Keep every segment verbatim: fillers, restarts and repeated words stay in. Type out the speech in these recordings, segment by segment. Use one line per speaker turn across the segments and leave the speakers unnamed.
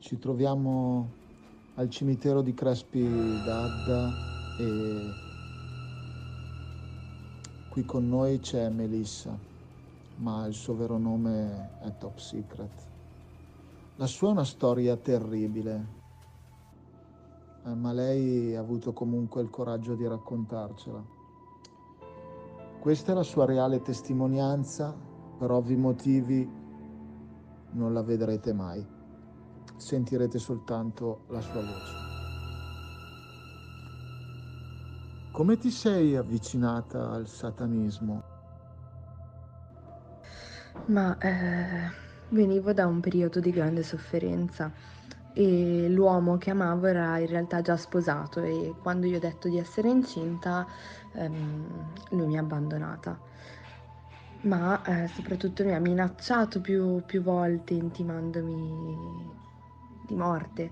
Ci troviamo al cimitero di Crespi d'Adda e qui con noi c'è Melissa, ma il suo vero nome è top secret. La sua è una storia terribile, eh, ma lei ha avuto comunque il coraggio di raccontarcela. Questa è la sua reale testimonianza, per ovvi motivi non la vedrete mai. Sentirete soltanto la sua voce. Come ti sei avvicinata al satanismo?
Ma eh, venivo da un periodo di grande sofferenza e l'uomo che amavo era in realtà già sposato e quando gli ho detto di essere incinta, ehm, lui mi ha abbandonata. Ma eh, soprattutto mi ha minacciato più, più volte intimandomi di morte.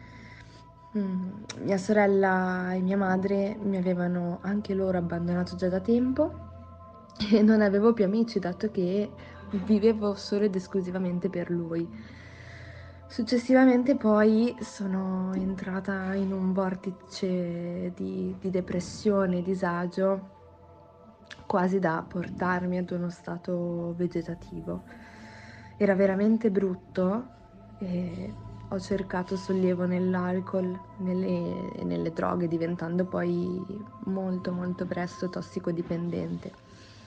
Mm, Mia sorella e mia madre mi avevano anche loro abbandonato già da tempo e non avevo più amici dato che vivevo solo ed esclusivamente per lui. Successivamente poi sono entrata in un vortice di, di depressione e disagio quasi da portarmi ad uno stato vegetativo. Era veramente brutto e ho cercato sollievo nell'alcol, nelle, nelle droghe, diventando poi molto molto presto tossicodipendente.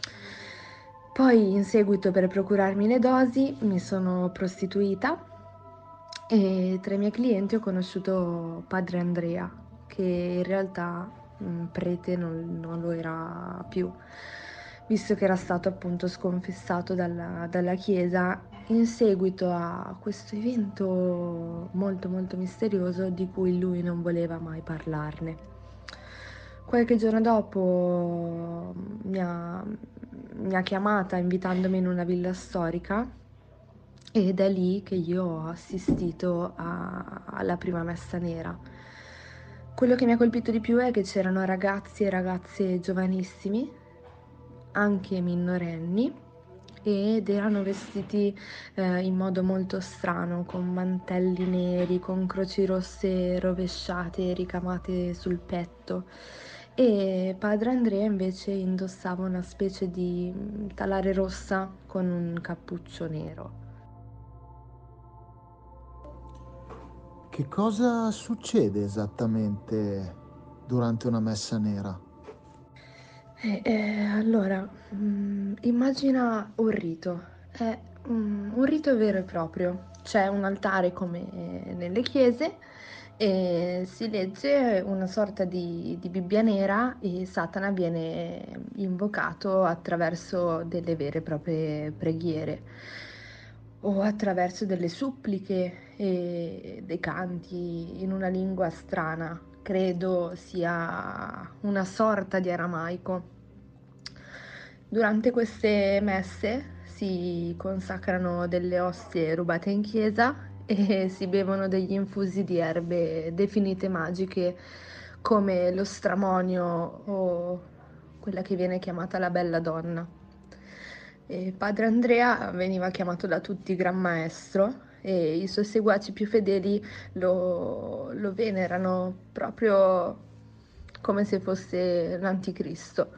Poi in seguito per procurarmi le dosi mi sono prostituita e tra i miei clienti ho conosciuto padre Andrea, che in realtà mh, prete non, non lo era più, visto che era stato appunto sconfessato dalla, dalla chiesa in seguito a questo evento molto molto misterioso di cui lui non voleva mai parlarne. Qualche giorno dopo mi ha, mi ha chiamata invitandomi in una villa storica ed è lì che io ho assistito a- alla prima messa nera. Quello che mi ha colpito di più è che c'erano ragazzi e ragazze giovanissimi, anche minorenni, ed erano vestiti eh, in modo molto strano, con mantelli neri, con croci rosse rovesciate e ricamate sul petto. E padre Andrea invece indossava una specie di mm, talare rossa con un cappuccio nero.
Che cosa succede esattamente durante una messa nera?
Eh, eh, allora, mm, immagina un rito, è mm, un rito vero e proprio. C'è un altare come nelle chiese e si legge una sorta di, di Bibbia nera e Satana viene invocato attraverso delle vere e proprie preghiere o attraverso delle suppliche e dei canti in una lingua strana, credo sia una sorta di aramaico. Durante queste messe si consacrano delle ostie rubate in chiesa e si bevono degli infusi di erbe definite magiche come lo stramonio o quella che viene chiamata la bella donna. E padre Andrea veniva chiamato da tutti Gran Maestro e i suoi seguaci più fedeli lo, lo venerano proprio come se fosse l'anticristo.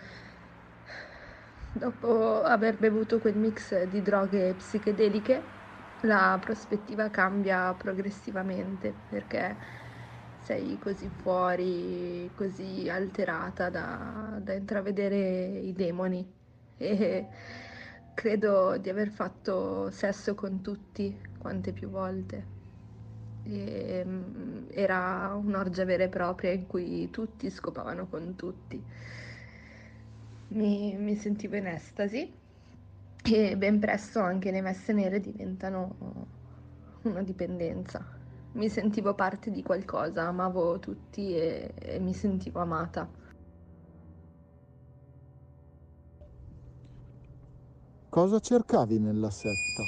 Dopo aver bevuto quel mix di droghe psichedeliche, la prospettiva cambia progressivamente perché sei così fuori, così alterata da, da intravedere i demoni e credo di aver fatto sesso con tutti quante più volte. E, mm, era un'orgia vera e propria in cui tutti scopavano con tutti. Mi, mi sentivo in estasi e ben presto anche le messe nere diventano una dipendenza. Mi sentivo parte di qualcosa, amavo tutti e, e mi sentivo amata.
Cosa cercavi nella setta?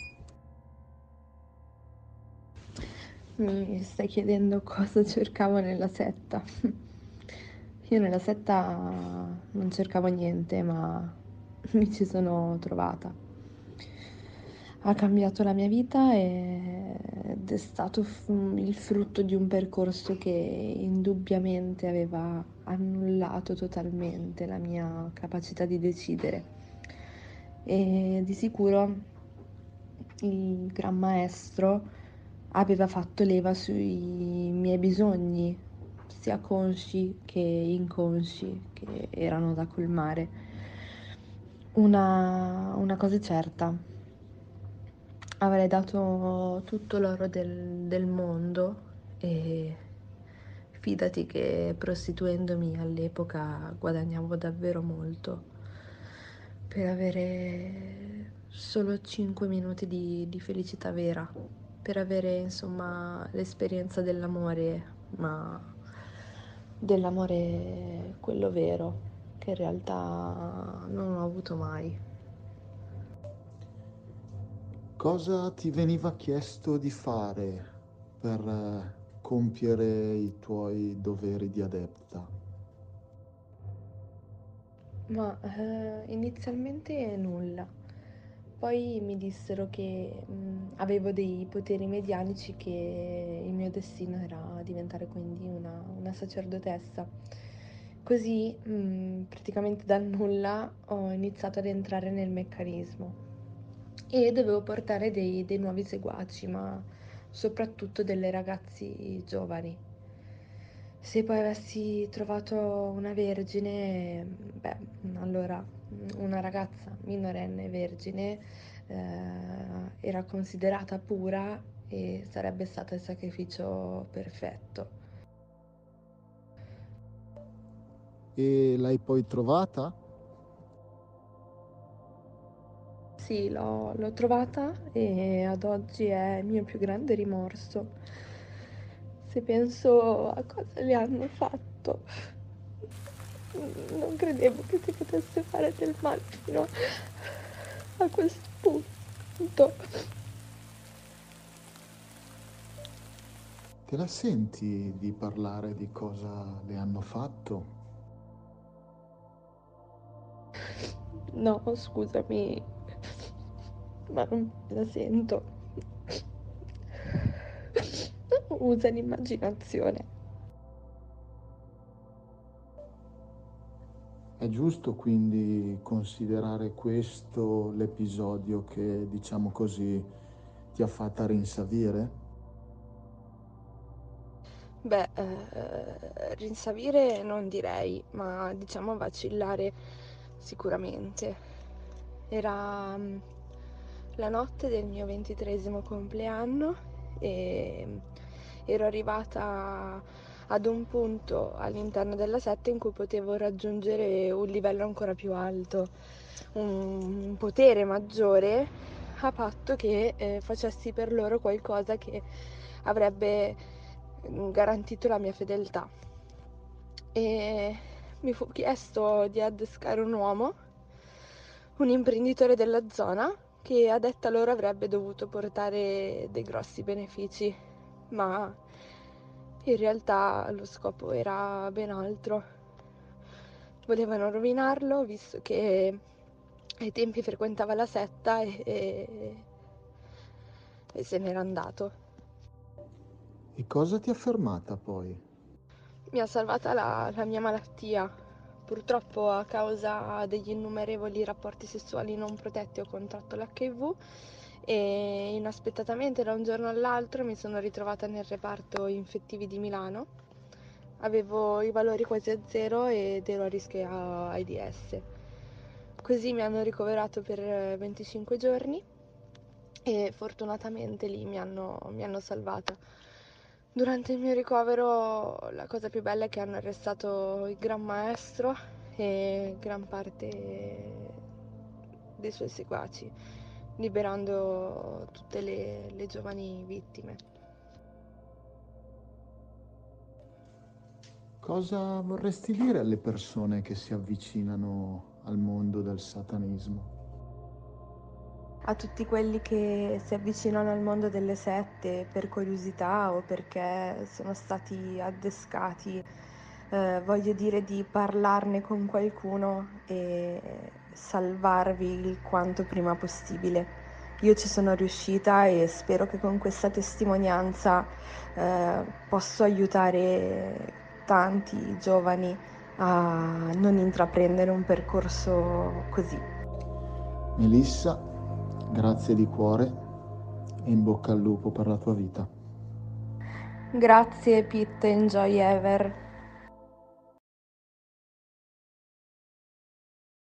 Mi stai chiedendo cosa cercavo nella setta. Io nella setta non cercavo niente, ma mi ci sono trovata. ha cambiato la mia vita ed è stato il frutto di un percorso che indubbiamente aveva annullato totalmente la mia capacità di decidere. E di sicuro il Gran Maestro aveva fatto leva sui miei bisogni, sia consci che inconsci, che erano da colmare. Una, una cosa è certa, avrei dato tutto l'oro del, del mondo e fidati che prostituendomi all'epoca guadagnavo davvero molto per avere solo cinque minuti di, di felicità vera, per avere insomma l'esperienza dell'amore, ma dell'amore quello vero, che in realtà non ho avuto mai.
Cosa ti veniva chiesto di fare per eh, compiere i tuoi doveri di adepta?
Ma eh, inizialmente nulla. Poi mi dissero che mh, avevo dei poteri medianici, che il mio destino era diventare quindi una, una sacerdotessa. Così, mh, praticamente dal nulla, ho iniziato ad entrare nel meccanismo e dovevo portare dei, dei nuovi seguaci, ma soprattutto delle ragazzi giovani. Se poi avessi trovato una vergine, beh, allora una ragazza minorenne vergine eh, era considerata pura e sarebbe stato il sacrificio perfetto.
E l'hai poi trovata?
Sì, l'ho, l'ho trovata e ad oggi è il mio più grande rimorso. Se penso a cosa le hanno fatto, non credevo che si potesse fare del male fino a questo punto.
Te la senti di parlare di cosa le hanno fatto?
No, scusami, ma non me la sento. Usa l'immaginazione.
È giusto quindi considerare questo l'episodio che, diciamo così, ti ha fatta rinsavire?
Beh, eh, rinsavire non direi, ma diciamo vacillare sicuramente. Era mm, la notte del mio ventitreesimo compleanno e ero arrivata ad un punto all'interno della setta in cui potevo raggiungere un livello ancora più alto, un potere maggiore, a patto che eh, facessi per loro qualcosa che avrebbe garantito la mia fedeltà. E mi fu chiesto di adescare un uomo, un imprenditore della zona, che a detta loro avrebbe dovuto portare dei grossi benefici, ma in realtà lo scopo era ben altro. Volevano rovinarlo, visto che ai tempi frequentava la setta e, e, e se n'era andato.
E cosa ti ha fermata poi?
Mi ha salvata la, la mia malattia. Purtroppo, a causa degli innumerevoli rapporti sessuali non protetti, ho contratto l'H I V e inaspettatamente da un giorno all'altro mi sono ritrovata nel reparto infettivi di Milano. Avevo i valori quasi a zero ed ero a rischio AIDS. Così mi hanno ricoverato per venticinque giorni e fortunatamente lì mi hanno, mi hanno salvata. Durante il mio ricovero la cosa più bella è che hanno arrestato il Gran Maestro e gran parte dei suoi seguaci, liberando tutte le, le giovani vittime.
Cosa vorresti dire alle persone che si avvicinano al mondo del satanismo?
A tutti quelli che si avvicinano al mondo delle sette per curiosità o perché sono stati addescati, eh, voglio dire di parlarne con qualcuno e salvarvi il quanto prima possibile. io ci sono riuscita e spero che con questa testimonianza eh, posso aiutare tanti giovani a non intraprendere un percorso così.
Melissa, grazie di cuore e in bocca al lupo per la tua vita.
Grazie Pete, enjoy ever.